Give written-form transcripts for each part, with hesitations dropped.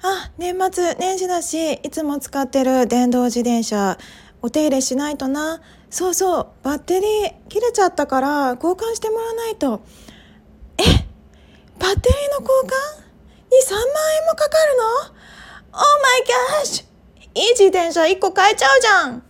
年末年始だし、いつも使ってる電動自転車お手入れしないとな。そうそう、バッテリー切れちゃったから交換してもらわないと。バッテリーの交換に3万円もかかるの？ Oh my gosh、 いい自転車1個買えちゃうじゃん。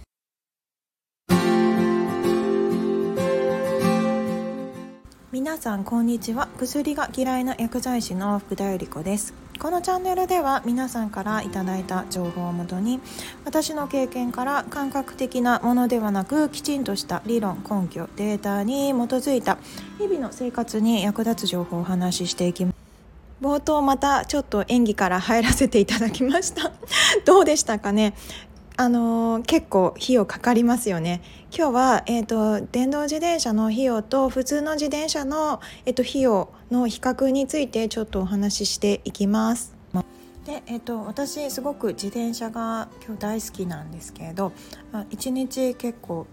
皆さんこんにちは。薬が嫌いな薬剤師の福田由里子です。このチャンネルでは皆さんからいただいた情報をもとに、私の経験から感覚的なものではなく、きちんとした理論、根拠、データに基づいた日々の生活に役立つ情報をお話ししていきます。冒頭またちょっと演技から入らせていただきましたどうでしたかね。結構費用かかりますよね。今日は、電動自転車の費用と普通の自転車の、費用の比較についてちょっとお話ししていきます。で、私すごく自転車が今日大好きなんですけれど、1日結構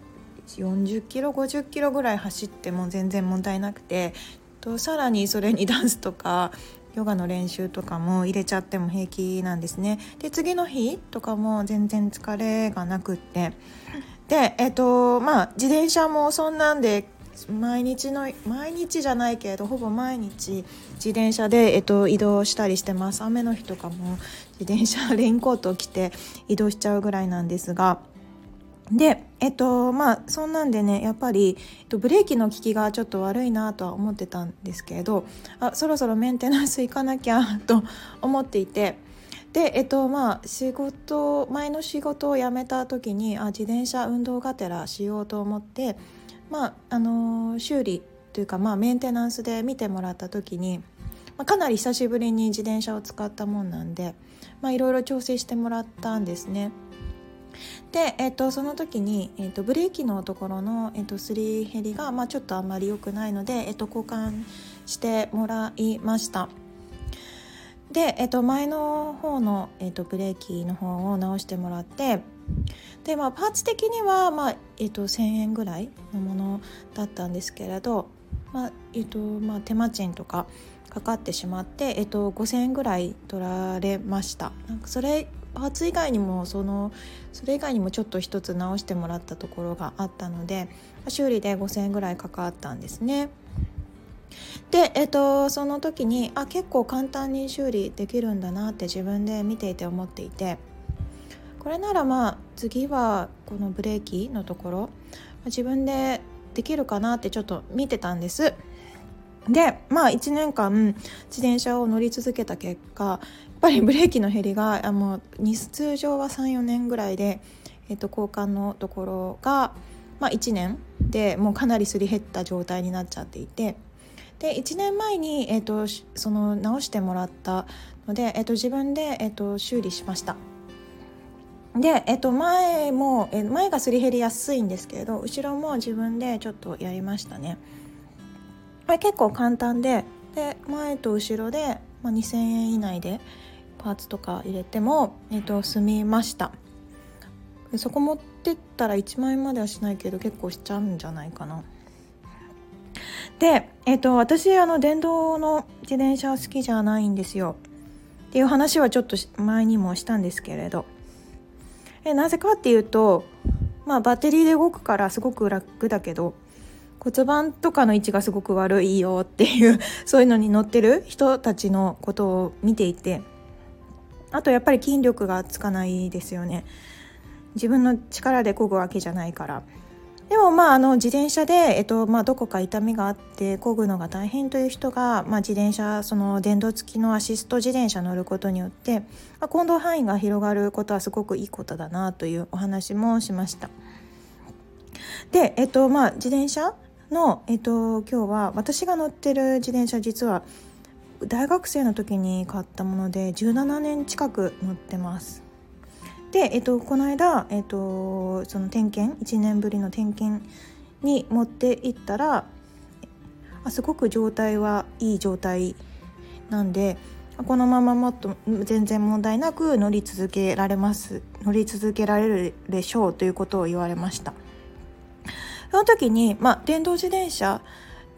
40キロ50キロぐらい走っても全然問題なくて、さらにそれにダンスとかヨガの練習とかも入れちゃっても平気なんですね。で、次の日とかも全然疲れがなくって、で、自転車もそんなんで毎日じゃないけれどほぼ毎日自転車で、移動したりしてます。雨の日とかも自転車レインコートを着て移動しちゃうぐらいなんですが、で、そんなんでね、やっぱり、ブレーキの効きがちょっと悪いなとは思ってたんですけれど、そろそろメンテナンス行かなきゃと思っていて、で、前の仕事を辞めた時に自転車運動がてらしようと思って、修理というか、メンテナンスで見てもらった時に、かなり久しぶりに自転車を使ったもんなんで、いろいろ調整してもらったんですね。で、その時に、ブレーキのところの、すり減りが、ちょっとあんまり良くないので、交換してもらいました。で、前の方の、ブレーキの方を直してもらって、で、パーツ的には、1000円ぐらいのものだったんですけれど、手間賃とかかかってしまって、5000円ぐらい取られました。なんかパーツ以外にもそれ以外にもちょっと一つ直してもらったところがあったので、修理で5000円ぐらいかかったんですね。で、その時に結構簡単に修理できるんだなって自分で見ていて思っていて、これなら次はこのブレーキのところ自分でできるかなってちょっと見てたんです。で、1年間自転車を乗り続けた結果、やっぱりブレーキの減りが通常は 3,4 年ぐらいで、交換のところが、1年でもうかなりすり減った状態になっちゃっていて、で1年前に、その直してもらったので、自分で、修理しました。で、前がすり減りやすいんですけれど、後ろも自分でちょっとやりましたね。結構簡単で、前と後ろで、2000円以内でパーツとか入れても、済みました。そこ持ってったら1万円まではしないけど結構しちゃうんじゃないかな。で、私電動の自転車は好きじゃないんですよっていう話はちょっと前にもしたんですけれど、なぜかっていうと、バッテリーで動くからすごく楽だけど、骨盤とかの位置がすごく悪いよっていうそういうのに乗ってる人たちのことを見ていて、あとやっぱり筋力がつかないですよね。自分の力で漕ぐわけじゃないから。でも自転車で、どこか痛みがあって漕ぐのが大変という人が、自転車、その電動付きのアシスト自転車乗ることによって、行動範囲が広がることはすごくいいことだなというお話もしました。で、自転車の、今日は私が乗ってる自転車、実は大学生の時に買ったもので17年近く乗ってます。で、この間、その点検、1年ぶりの点検に持って行ったら、すごく状態はいい状態なんで、このままもっと全然問題なく乗り続けられるでしょうということを言われました。その時に、電動自転車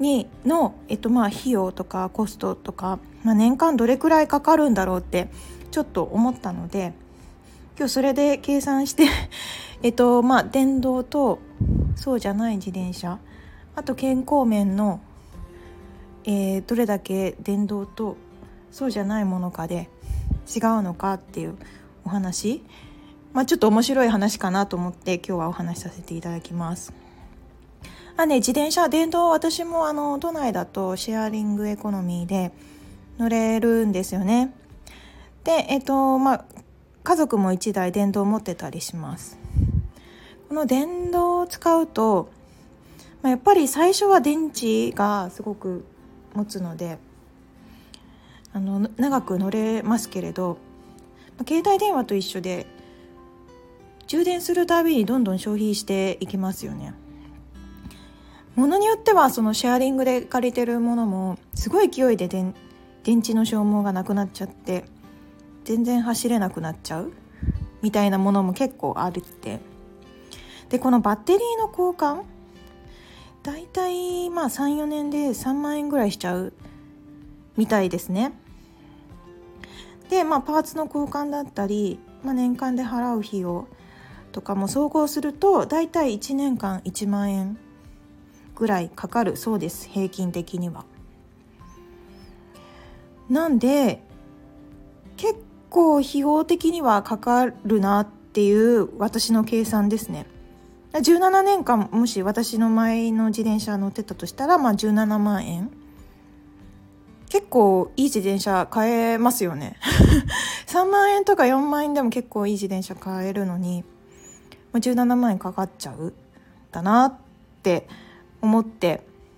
の、費用とかコストとか、年間どれくらいかかるんだろうってちょっと思ったので、今日それで計算して電動とそうじゃない自転車、あと健康面の、どれだけ電動とそうじゃないものかで違うのかっていうお話、ちょっと面白い話かなと思って今日はお話しさせていただきます。自転車電動、私も都内だとシェアリングエコノミーで乗れるんですよね。で家族も1台電動を持ってたりします。この電動を使うと、やっぱり最初は電池がすごく持つので長く乗れますけれど、携帯電話と一緒で充電するたびにどんどん消費していきますよね。ものによってはそのシェアリングで借りてるものもすごい勢いで電池の消耗がなくなっちゃって全然走れなくなっちゃうみたいなものも結構あるって。でこのバッテリーの交換だいたい 3,4 年で3万円ぐらいしちゃうみたいですね。でパーツの交換だったり、年間で払う費用とかも総合するとだいたい1年間1万円ぐらいかかるそうです、平均的には。なんで結構費用的にはかかるなっていう私の計算ですね。17年間もし私の前の自転車乗ってたとしたら、17万円、結構いい自転車買えますよね3万円とか4万円でも結構いい自転車買えるのに、17万円かかっちゃうだなって思って、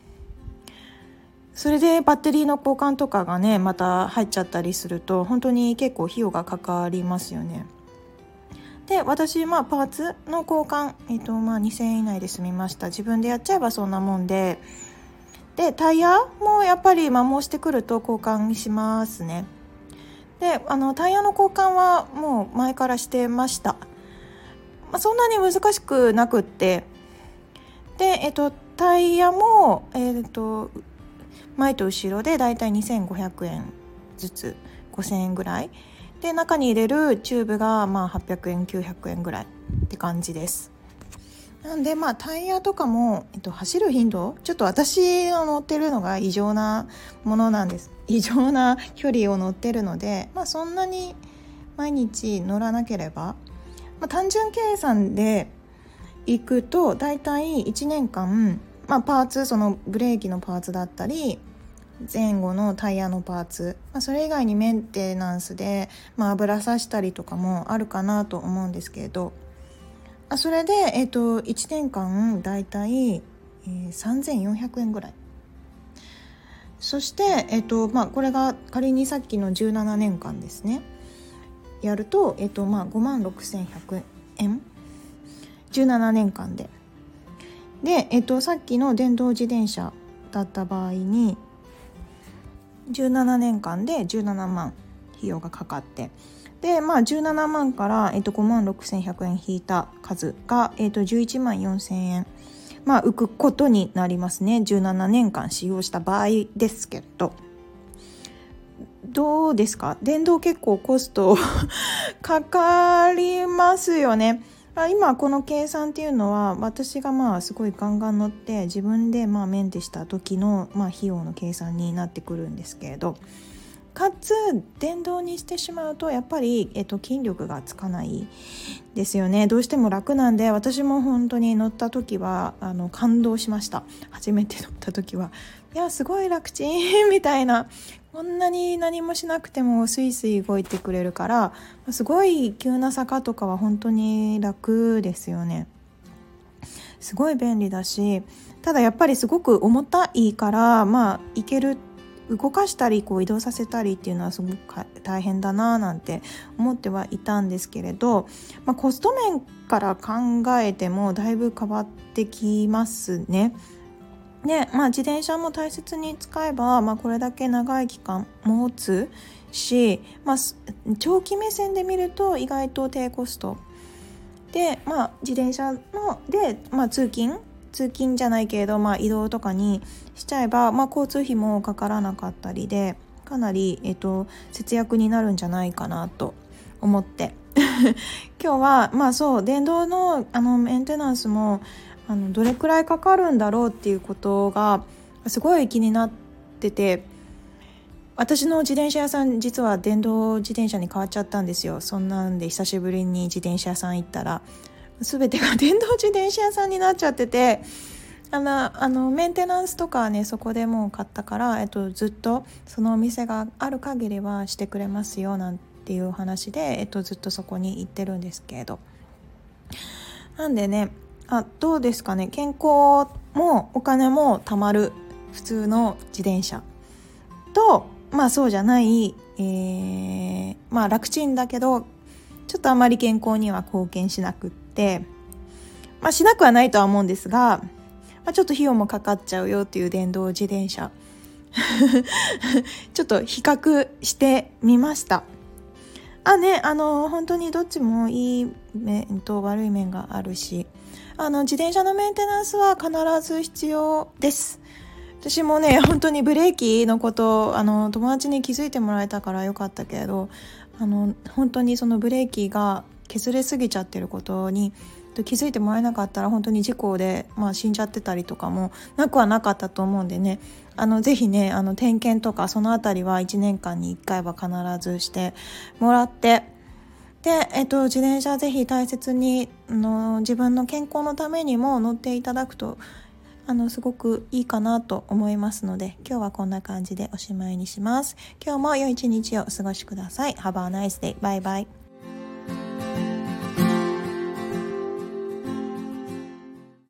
それでバッテリーの交換とかがねまた入っちゃったりすると本当に結構費用がかかりますよね。で私パーツの交換、2000円以内で済みました。自分でやっちゃえばそんなもんで、タイヤもやっぱり摩耗してくると交換しますね。でタイヤの交換はもう前からしてました。そんなに難しくなくって、でタイヤも前と後ろでだいたい2500円ずつ5000円ぐらいで、中に入れるチューブが800円900円ぐらいって感じです。なんでタイヤとかも、走る頻度ちょっと私が乗ってるのが異常なものなんです。異常な距離を乗ってるので、そんなに毎日乗らなければ、単純計算でいくとだいたい1年間、パーツ、そのブレーキのパーツだったり前後のタイヤのパーツ、それ以外にメンテナンスで、油さしたりとかもあるかなと思うんですけれど、それで、1年間だいたい3400円ぐらい。そして、これが仮にさっきの17年間ですねやると、56,100円17年間で。さっきの電動自転車だった場合に17年間で17万費用がかかって、で17万から56,100円引いた数が11万4,000円浮くことになりますね。17年間使用した場合ですけど、どうですか？電動結構コストかかりますよね。今この計算っていうのは私がすごいガンガン乗って自分でメンテした時の費用の計算になってくるんですけれど、かつ電動にしてしまうとやっぱり、筋力がつかないですよね。どうしても楽なんで、私も本当に乗った時は感動しました。初めて乗った時はいやすごい楽ちんみたいな、こんなに何もしなくてもスイスイ動いてくれるから、すごい急な坂とかは本当に楽ですよね。すごい便利だし、ただやっぱりすごく重たいから行ける、動かしたり移動させたりっていうのはすごく大変だななんて思ってはいたんですけれど、コスト面から考えてもだいぶ変わってきますね。で、自転車も大切に使えば、これだけ長い期間持つし、長期目線で見ると意外と低コストで、自転車ので、通勤じゃないけれど、移動とかにしちゃえば、交通費もかからなかったりでかなり、節約になるんじゃないかなと思って今日はそう電動のメンテナンスもどれくらいかかるんだろうっていうことがすごい気になってて、私の自転車屋さん実は電動自転車に変わっちゃったんですよ。そんなんで久しぶりに自転車屋さん行ったら全てが電動自転車屋さんになっちゃってて、メンテナンスとかはねそこでもう買ったから、ずっとそのお店がある限りはしてくれますよなんていう話で、ずっとそこに行ってるんですけれど、なんでね、どうですかね、健康もお金も貯まる普通の自転車と、そうじゃない、楽ちんだけどちょっとあまり健康には貢献しなくって、しなくはないとは思うんですが、ちょっと費用もかかっちゃうよっていう電動自転車ちょっと比較してみました。本当にどっちもいい面と悪い面があるし、自転車のメンテナンスは必ず必要です。私もね本当にブレーキのこと友達に気づいてもらえたからよかったけれど、本当にそのブレーキが削れすぎちゃってることに気づいてもらえなかったら本当に事故で、死んじゃってたりとかもなくはなかったと思うんでね、ぜひね点検とかそのあたりは1年間に1回は必ずしてもらって、で、自転車ぜひ大切に自分の健康のためにも乗っていただくとすごくいいかなと思いますので、今日はこんな感じでおしまいにします。今日も良い一日をお過ごしください。Have a nice day. Bye bye.